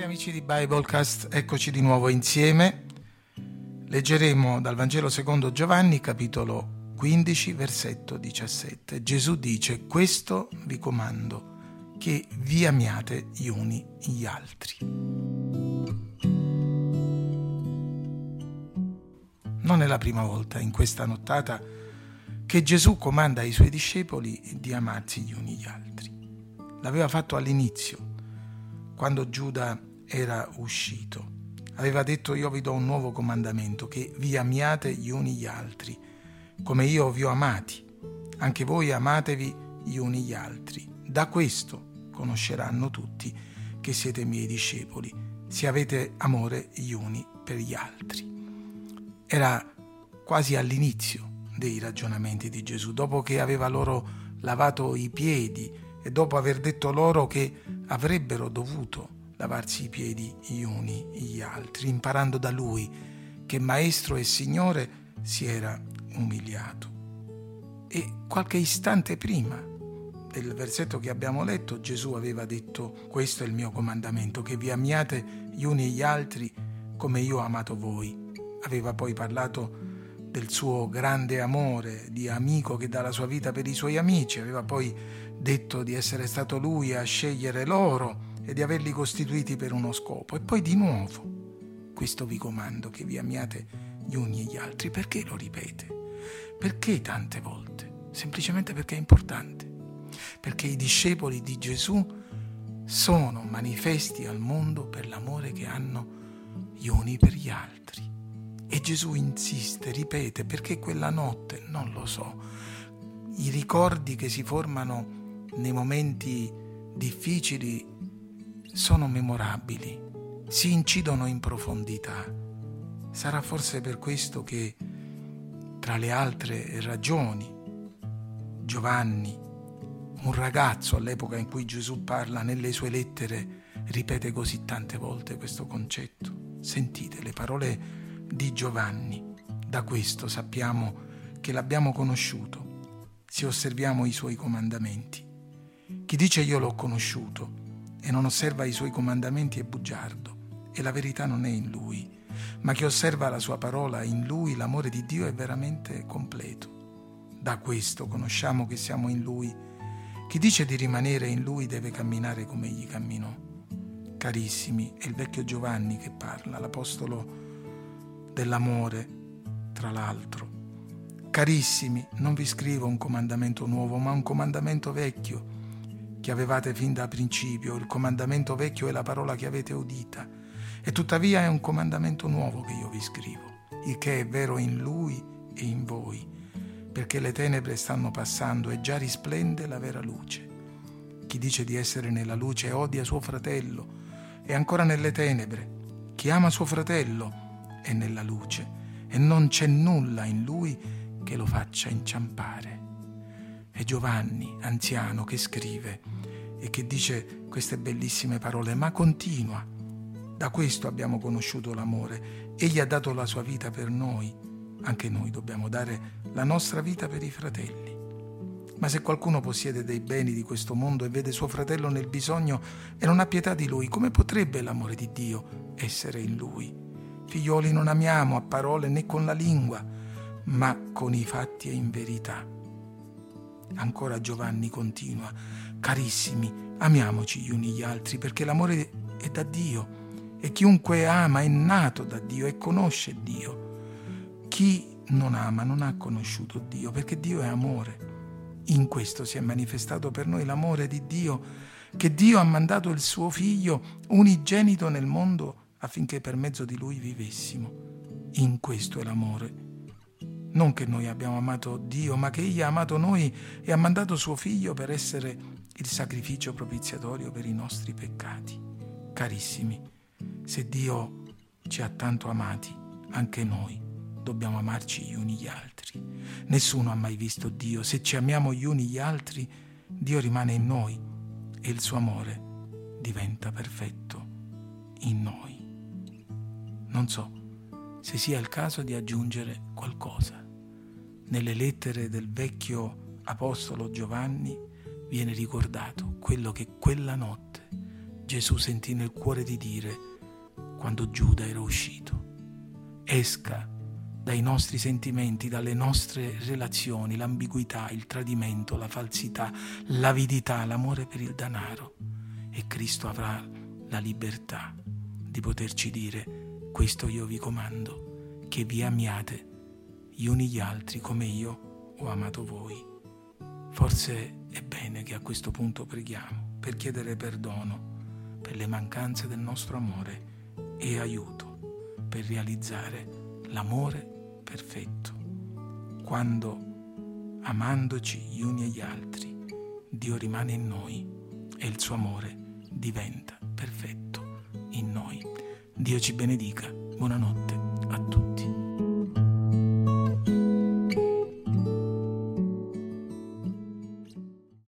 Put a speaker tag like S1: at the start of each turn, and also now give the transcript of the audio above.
S1: amici di Biblecast, eccoci di nuovo insieme. Leggeremo dal Vangelo secondo Giovanni, capitolo 15, versetto 17. Gesù dice: questo vi comando, che vi amiate gli uni gli altri. Non è la prima volta in questa nottata che Gesù comanda ai suoi discepoli di amarsi gli uni gli altri. L'aveva fatto all'inizio, quando Giuda era uscito. Aveva detto: io vi do un nuovo comandamento, che vi amiate gli uni gli altri, come io vi ho amati. Anche voi amatevi gli uni gli altri. Da questo conosceranno tutti che siete miei discepoli, se avete amore gli uni per gli altri. Era quasi all'inizio dei ragionamenti di Gesù, dopo che aveva loro lavato i piedi e dopo aver detto loro che avrebbero dovuto lavarsi i piedi gli uni gli altri, imparando da lui che Maestro e Signore si era umiliato. E qualche istante prima del versetto che abbiamo letto, Gesù aveva detto: questo è il mio comandamento, che vi amiate gli uni gli altri come io ho amato voi. Aveva poi parlato del suo grande amore di amico che dà la sua vita per i suoi amici. Aveva poi detto di essere stato lui a scegliere loro e di averli costituiti per uno scopo. E poi di nuovo: questo vi comando, che vi amiate gli uni gli altri. Perché lo ripete? Perché tante volte? Semplicemente perché è importante. Perché i discepoli di Gesù sono manifesti al mondo per l'amore che hanno gli uni per gli altri. E Gesù insiste, ripete, perché quella notte, non lo so, i ricordi che si formano nei momenti difficili sono memorabili, si incidono in profondità. Sarà forse per questo che, tra le altre ragioni, Giovanni, un ragazzo all'epoca in cui Gesù parla nelle sue lettere, ripete così tante volte questo concetto. Sentite le parole di Giovanni: da questo sappiamo che l'abbiamo conosciuto, se osserviamo i suoi comandamenti. Chi dice io l'ho conosciuto e non osserva i suoi comandamenti è bugiardo, e la verità non è in lui. Ma chi osserva la sua parola, in lui l'amore di Dio è veramente completo. Da questo conosciamo che siamo in lui. Chi dice di rimanere in lui deve camminare come egli camminò. Carissimi, è il vecchio Giovanni che parla, l'apostolo dell'amore, tra l'altro. Carissimi, non vi scrivo un comandamento nuovo, ma un comandamento vecchio che avevate fin da principio. Il comandamento vecchio è la parola che avete udita, e tuttavia è un comandamento nuovo che io vi scrivo, il che è vero in lui e in voi, perché le tenebre stanno passando e già risplende la vera luce. Chi dice di essere nella luce odia suo fratello, è ancora nelle tenebre. Chi ama suo fratello è nella luce, e non c'è nulla in lui che lo faccia inciampare. È Giovanni, anziano, che scrive e che dice queste bellissime parole, ma continua: da questo abbiamo conosciuto l'amore. Egli ha dato la sua vita per noi, anche noi dobbiamo dare la nostra vita per i fratelli. Ma se qualcuno possiede dei beni di questo mondo e vede suo fratello nel bisogno e non ha pietà di lui, come potrebbe l'amore di Dio essere in lui? Figlioli, non amiamo a parole né con la lingua, ma con i fatti e in verità. Ancora Giovanni continua: carissimi, amiamoci gli uni gli altri, perché l'amore è da Dio, e chiunque ama è nato da Dio e conosce Dio. Chi non ama non ha conosciuto Dio, perché Dio è amore. In questo si è manifestato per noi l'amore di Dio, che Dio ha mandato il suo Figlio unigenito nel mondo affinché per mezzo di Lui vivessimo. In questo è l'amore. Non che noi abbiamo amato Dio, ma che Egli ha amato noi e ha mandato suo Figlio per essere il sacrificio propiziatorio per i nostri peccati. Carissimi, se Dio ci ha tanto amati, anche noi dobbiamo amarci gli uni gli altri. Nessuno ha mai visto Dio. Se ci amiamo gli uni gli altri, Dio rimane in noi e il suo amore diventa perfetto in noi. Non so se sia il caso di aggiungere qualcosa. Nelle lettere del vecchio apostolo Giovanni viene ricordato quello che quella notte Gesù sentì nel cuore di dire quando Giuda era uscito: esca dai nostri sentimenti, dalle nostre relazioni, l'ambiguità, il tradimento, la falsità, l'avidità, l'amore per il denaro, e Cristo avrà la libertà di poterci dire: questo io vi comando, che vi amiate gli uni gli altri come io ho amato voi. Forse è bene che a questo punto preghiamo per chiedere perdono per le mancanze del nostro amore e aiuto per realizzare l'amore perfetto. Quando, amandoci gli uni agli altri, Dio rimane in noi e il suo amore diventa perfetto in noi. Dio ci benedica. Buonanotte a tutti.